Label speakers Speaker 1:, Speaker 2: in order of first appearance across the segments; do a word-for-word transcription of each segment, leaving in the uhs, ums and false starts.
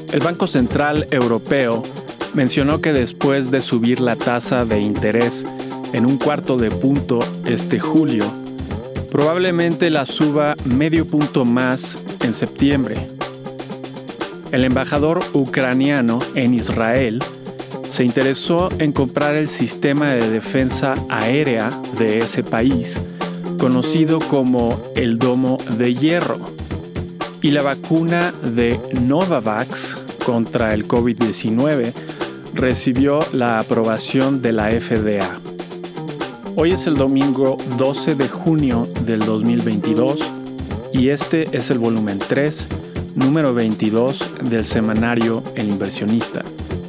Speaker 1: El Banco Central Europeo mencionó que después de subir la tasa de interés en un cuarto de punto este julio, probablemente la suba medio punto más en septiembre. El embajador ucraniano en Israel se interesó en comprar el sistema de defensa aérea de ese país, conocido como el Domo de Hierro, y la vacuna de Novavax contra el covid diecinueve recibió la aprobación de la F D A. Hoy es el domingo doce de junio del dos mil veintidós y este es el volumen tres, número veintidós del semanario El Inversionista.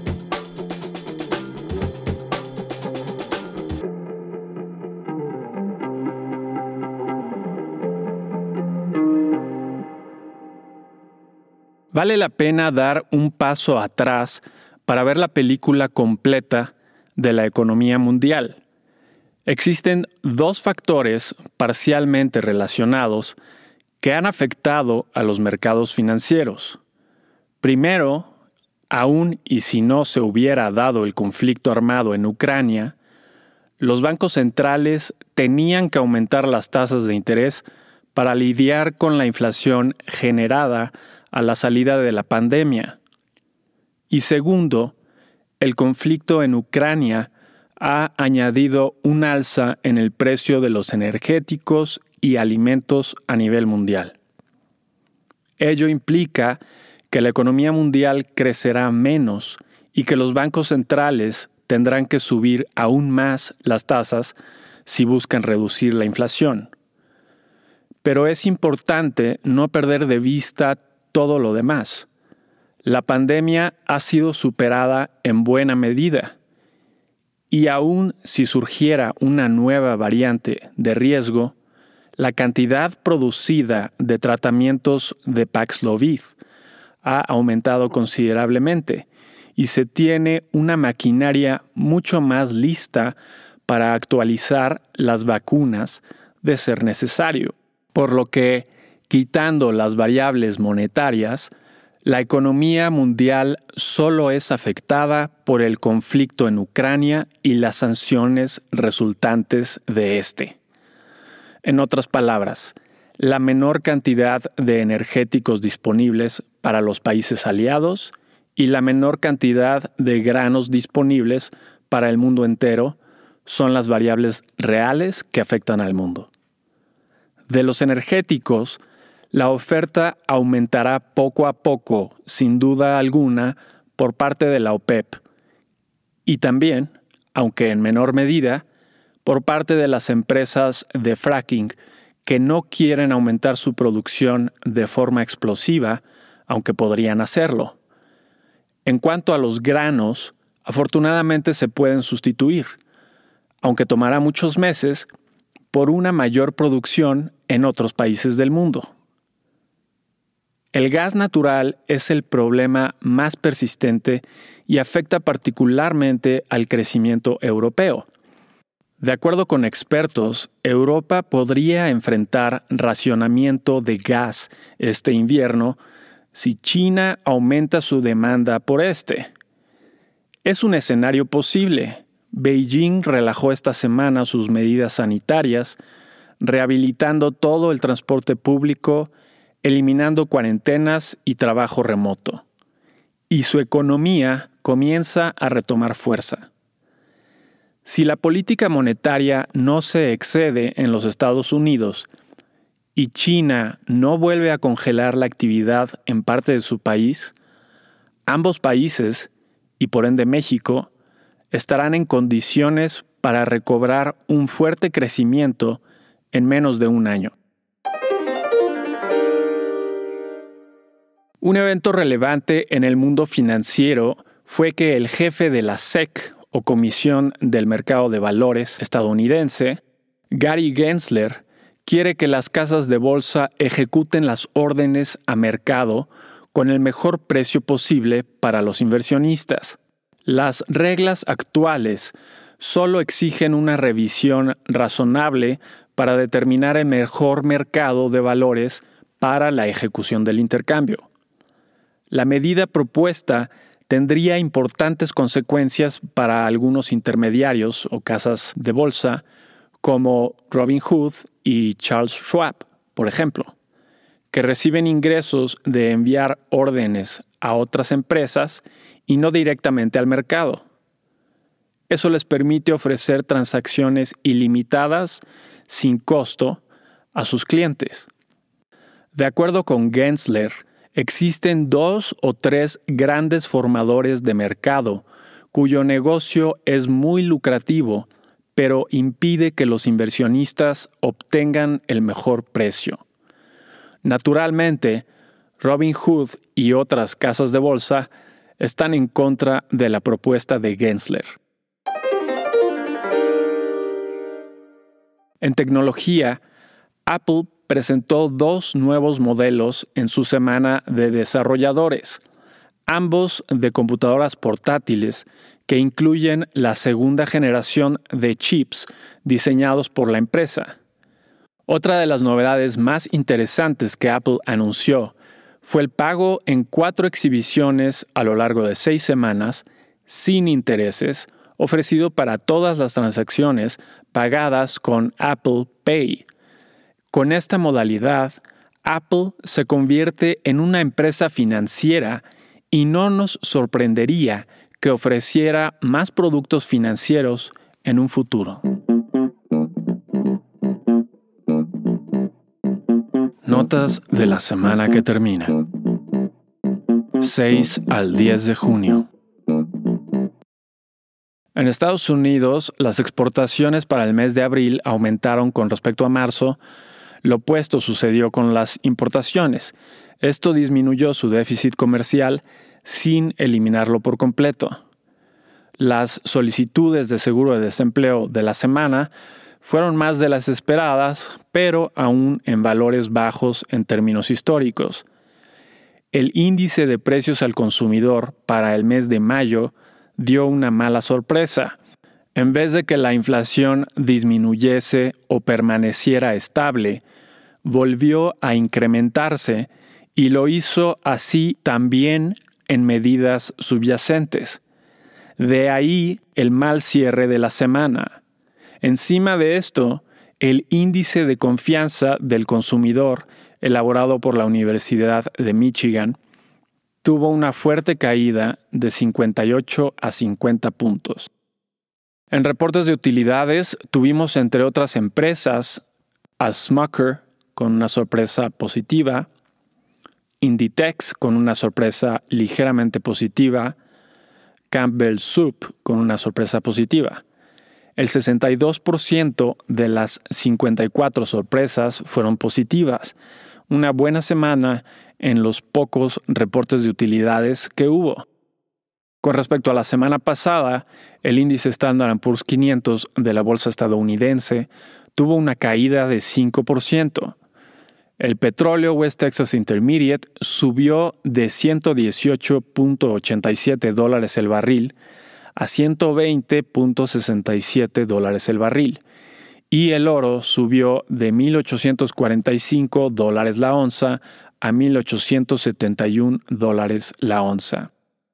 Speaker 1: Vale la pena dar un paso atrás para ver la película completa de la economía mundial. Existen dos factores parcialmente relacionados que han afectado a los mercados financieros. Primero, aun y si no se hubiera dado el conflicto armado en Ucrania, los bancos centrales tenían que aumentar las tasas de interés para lidiar con la inflación generada a la salida de la pandemia. Y segundo, el conflicto en Ucrania ha añadido un alza en el precio de los energéticos y alimentos a nivel mundial. Ello implica que la economía mundial crecerá menos y que los bancos centrales tendrán que subir aún más las tasas si buscan reducir la inflación. Pero es importante no perder de vista todo lo demás. La pandemia ha sido superada en buena medida. Y aun si surgiera una nueva variante de riesgo, la cantidad producida de tratamientos de Paxlovid ha aumentado considerablemente y se tiene una maquinaria mucho más lista para actualizar las vacunas de ser necesario. Por lo que, quitando las variables monetarias, la economía mundial solo es afectada por el conflicto en Ucrania y las sanciones resultantes de este. En otras palabras, la menor cantidad de energéticos disponibles para los países aliados y la menor cantidad de granos disponibles para el mundo entero son las variables reales que afectan al mundo. De los energéticos, la oferta aumentará poco a poco, sin duda alguna, por parte de la OPEP. Y también, aunque en menor medida, por parte de las empresas de fracking que no quieren aumentar su producción de forma explosiva, aunque podrían hacerlo. En cuanto a los granos, afortunadamente se pueden sustituir, aunque tomará muchos meses, por una mayor producción en otros países del mundo. El gas natural es el problema más persistente y afecta particularmente al crecimiento europeo. De acuerdo con expertos, Europa podría enfrentar racionamiento de gas este invierno si China aumenta su demanda por este. Es un escenario posible. Beijing relajó esta semana sus medidas sanitarias, rehabilitando todo el transporte público, eliminando cuarentenas y trabajo remoto. Y su economía comienza a retomar fuerza. Si la política monetaria no se excede en los Estados Unidos y China no vuelve a congelar la actividad en parte de su país, ambos países, y por ende México, estarán en condiciones para recobrar un fuerte crecimiento en menos de un año. Un evento relevante en el mundo financiero fue que el jefe de la S E C, o Comisión del Mercado de Valores estadounidense, Gary Gensler, quiere que las casas de bolsa ejecuten las órdenes a mercado con el mejor precio posible para los inversionistas. Las reglas actuales solo exigen una revisión razonable para determinar el mejor mercado de valores para la ejecución del intercambio. La medida propuesta tendría importantes consecuencias para algunos intermediarios o casas de bolsa como Robinhood y Charles Schwab, por ejemplo, que reciben ingresos de enviar órdenes a otras empresas y no directamente al mercado. Eso les permite ofrecer transacciones ilimitadas sin costo a sus clientes. De acuerdo con Gensler, existen dos o tres grandes formadores de mercado cuyo negocio es muy lucrativo, pero impide que los inversionistas obtengan el mejor precio. Naturalmente, Robinhood y otras casas de bolsa están en contra de la propuesta de Gensler. En tecnología, Apple presentó dos nuevos modelos en su semana de desarrolladores, ambos de computadoras portátiles que incluyen la segunda generación de chips diseñados por la empresa. Otra de las novedades más interesantes que Apple anunció fue el pago en cuatro exhibiciones a lo largo de seis semanas, sin intereses, ofrecido para todas las transacciones pagadas con Apple Pay. Con esta modalidad, Apple se convierte en una empresa financiera y no nos sorprendería que ofreciera más productos financieros en un futuro. Notas de la semana que termina. seis al diez de junio. En Estados Unidos, las exportaciones para el mes de abril aumentaron con respecto a marzo. Lo opuesto sucedió con las importaciones. Esto disminuyó su déficit comercial sin eliminarlo por completo. Las solicitudes de seguro de desempleo de la semana fueron más de las esperadas, pero aún en valores bajos en términos históricos. El índice de precios al consumidor para el mes de mayo dio una mala sorpresa. En vez de que la inflación disminuyese o permaneciera estable, volvió a incrementarse y lo hizo así también en medidas subyacentes. De ahí el mal cierre de la semana. Encima de esto, el índice de confianza del consumidor, elaborado por la Universidad de Michigan, tuvo una fuerte caída de cincuenta y ocho a cincuenta puntos. En reportes de utilidades, tuvimos entre otras empresas a Smucker con una sorpresa positiva, Inditex con una sorpresa ligeramente positiva, Campbell Soup con una sorpresa positiva. El sesenta y dos por ciento de las cincuenta y cuatro sorpresas fueron positivas, una buena semana en los pocos reportes de utilidades que hubo. Con respecto a la semana pasada, el índice Standard and Poor's quinientos de la bolsa estadounidense tuvo una caída de cinco por ciento. El petróleo West Texas Intermediate subió de ciento dieciocho punto ochenta y siete dólares el barril a ciento veinte punto sesenta y siete dólares el barril, y el oro subió de mil ochocientos cuarenta y cinco dólares la onza a mil ochocientos setenta y uno dólares la onza.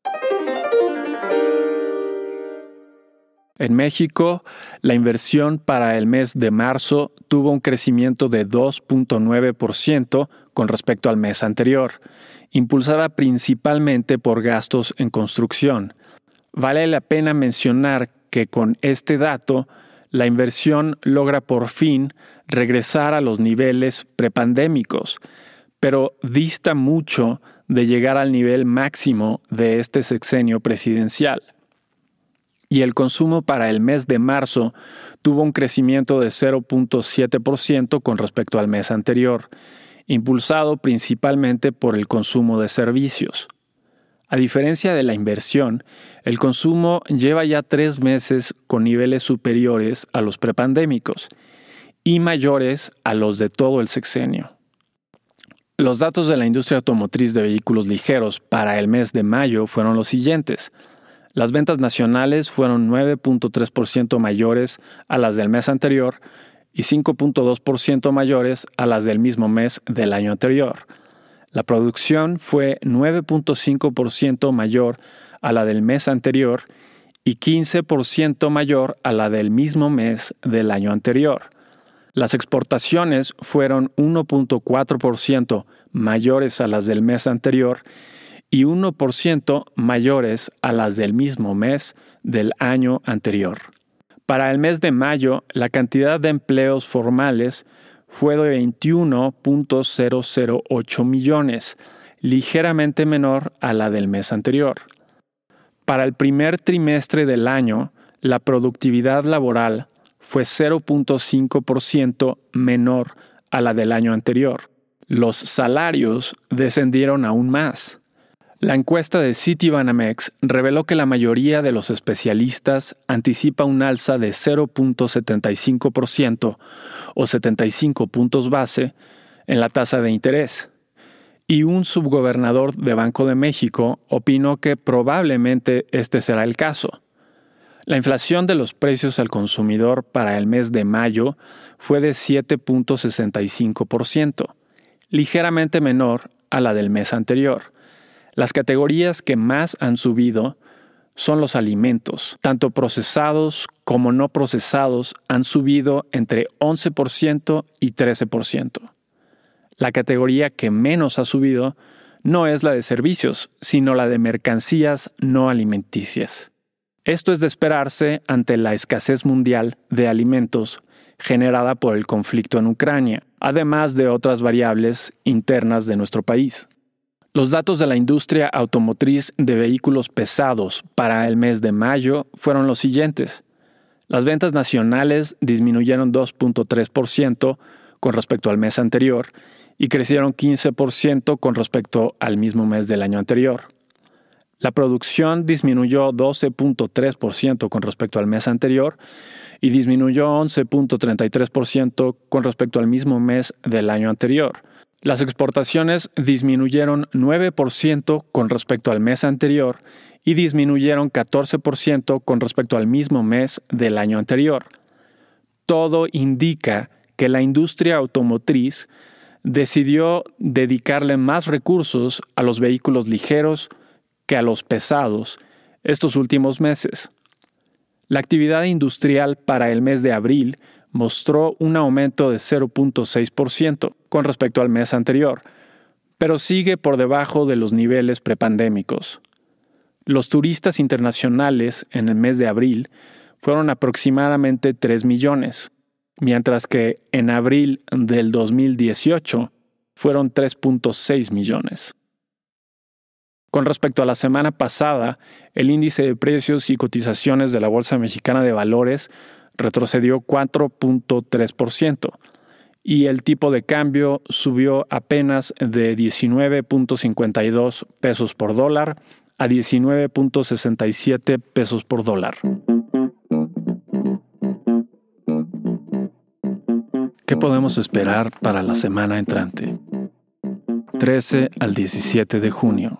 Speaker 1: En México, la inversión para el mes de marzo tuvo un crecimiento de dos punto nueve por ciento con respecto al mes anterior, impulsada principalmente por gastos en construcción. Vale la pena mencionar que con este dato, la inversión logra por fin regresar a los niveles prepandémicos, pero dista mucho de llegar al nivel máximo de este sexenio presidencial. Y el consumo para el mes de marzo tuvo un crecimiento de cero punto siete por ciento con respecto al mes anterior, impulsado principalmente por el consumo de servicios. A diferencia de la inversión, el consumo lleva ya tres meses con niveles superiores a los prepandémicos y mayores a los de todo el sexenio. Los datos de la industria automotriz de vehículos ligeros para el mes de mayo fueron los siguientes. Las ventas nacionales fueron nueve punto tres por ciento mayores a las del mes anterior y cinco punto dos por ciento mayores a las del mismo mes del año anterior. La producción fue nueve punto cinco por ciento mayor a la del mes anterior y quince por ciento mayor a la del mismo mes del año anterior. Las exportaciones fueron uno punto cuatro por ciento mayores a las del mes anterior y uno por ciento mayores a las del mismo mes del año anterior. Para el mes de mayo, la cantidad de empleos formales fue de veintiuno punto cero cero ocho millones, ligeramente menor a la del mes anterior. Para el primer trimestre del año, la productividad laboral fue cero punto cinco por ciento menor a la del año anterior. Los salarios descendieron aún más. La encuesta de Citibanamex reveló que la mayoría de los especialistas anticipa un alza de cero punto setenta y cinco por ciento o setenta y cinco puntos base en la tasa de interés. Y un subgobernador de Banco de México opinó que probablemente este será el caso. La inflación de los precios al consumidor para el mes de mayo fue de siete punto sesenta y cinco por ciento, ligeramente menor a la del mes anterior. Las categorías que más han subido son los alimentos. Tanto procesados como no procesados han subido entre once por ciento y trece por ciento. La categoría que menos ha subido no es la de servicios, sino la de mercancías no alimenticias. Esto es de esperarse ante la escasez mundial de alimentos generada por el conflicto en Ucrania, además de otras variables internas de nuestro país. Los datos de la industria automotriz de vehículos pesados para el mes de mayo fueron los siguientes. Las ventas nacionales disminuyeron dos punto tres por ciento con respecto al mes anterior y crecieron quince por ciento con respecto al mismo mes del año anterior. La producción disminuyó doce punto tres por ciento con respecto al mes anterior y disminuyó once punto treinta y tres por ciento con respecto al mismo mes del año anterior. Las exportaciones disminuyeron nueve por ciento con respecto al mes anterior y disminuyeron catorce por ciento con respecto al mismo mes del año anterior. Todo indica que la industria automotriz decidió dedicarle más recursos a los vehículos ligeros que a los pesados estos últimos meses. La actividad industrial para el mes de abril mostró un aumento de cero punto seis por ciento con respecto al mes anterior, pero sigue por debajo de los niveles prepandémicos. Los turistas internacionales en el mes de abril fueron aproximadamente tres millones, mientras que en abril del dos mil dieciocho fueron tres punto seis millones. Con respecto a la semana pasada, el índice de precios y cotizaciones de la Bolsa Mexicana de Valores retrocedió cuatro punto tres por ciento y el tipo de cambio subió apenas de diecinueve punto cincuenta y dos pesos por dólar a diecinueve punto sesenta y siete pesos por dólar. ¿Qué podemos esperar para la semana entrante? trece al diecisiete de junio.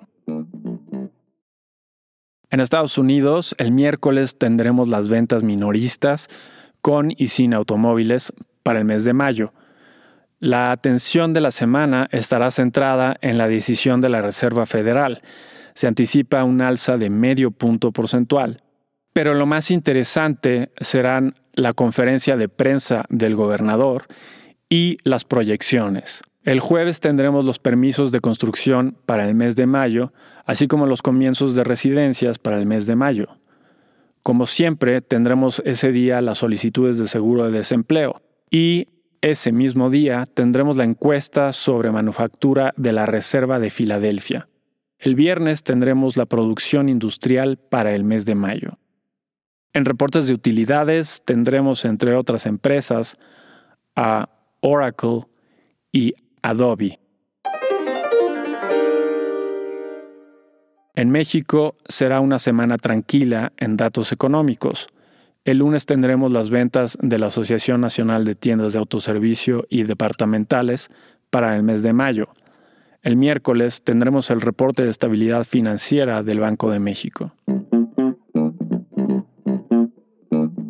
Speaker 1: En Estados Unidos, el miércoles tendremos las ventas minoristas con y sin automóviles para el mes de mayo. La atención de la semana estará centrada en la decisión de la Reserva Federal. Se anticipa un alza de medio punto porcentual. Pero lo más interesante serán la conferencia de prensa del gobernador y las proyecciones. El jueves tendremos los permisos de construcción para el mes de mayo, así como los comienzos de residencias para el mes de mayo. Como siempre, tendremos ese día las solicitudes de seguro de desempleo y ese mismo día tendremos la encuesta sobre manufactura de la Reserva de Filadelfia. El viernes tendremos la producción industrial para el mes de mayo. En reportes de utilidades tendremos, entre otras empresas, a Oracle y Adobe. En México será una semana tranquila en datos económicos. El lunes tendremos las ventas de la Asociación Nacional de Tiendas de Autoservicio y Departamentales para el mes de mayo. El miércoles tendremos el reporte de estabilidad financiera del Banco de México.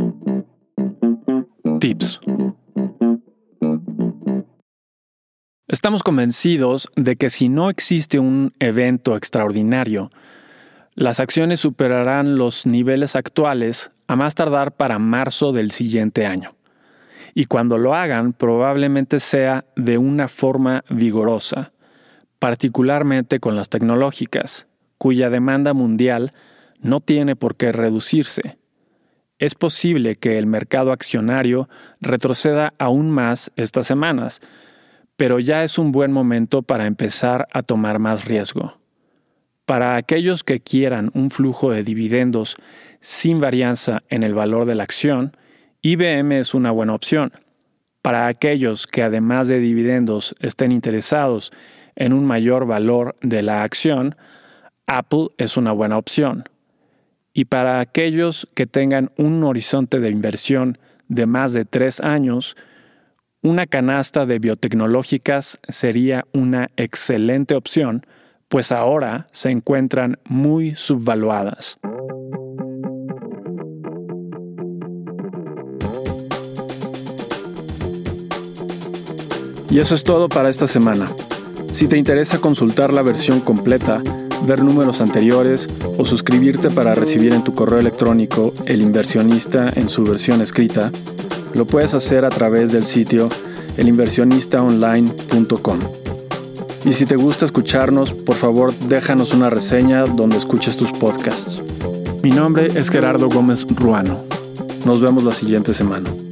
Speaker 1: Tips. Estamos convencidos de que si no existe un evento extraordinario, las acciones superarán los niveles actuales a más tardar para marzo del siguiente año. Y cuando lo hagan, probablemente sea de una forma vigorosa, particularmente con las tecnológicas, cuya demanda mundial no tiene por qué reducirse. Es posible que el mercado accionario retroceda aún más estas semanas, pero ya es un buen momento para empezar a tomar más riesgo. Para aquellos que quieran un flujo de dividendos sin varianza en el valor de la acción, I B M es una buena opción. Para aquellos que además de dividendos estén interesados en un mayor valor de la acción, Apple es una buena opción. Y para aquellos que tengan un horizonte de inversión de más de tres años, una canasta de biotecnológicas sería una excelente opción, pues ahora se encuentran muy subvaluadas. Y eso es todo para esta semana. Si te interesa consultar la versión completa, ver números anteriores o suscribirte para recibir en tu correo electrónico El Inversionista en su versión escrita, lo puedes hacer a través del sitio el inversionista online punto com. Y si te gusta escucharnos, por favor déjanos una reseña donde escuches tus podcasts. Mi nombre es Gerardo Gómez Ruano. Nos vemos la siguiente semana.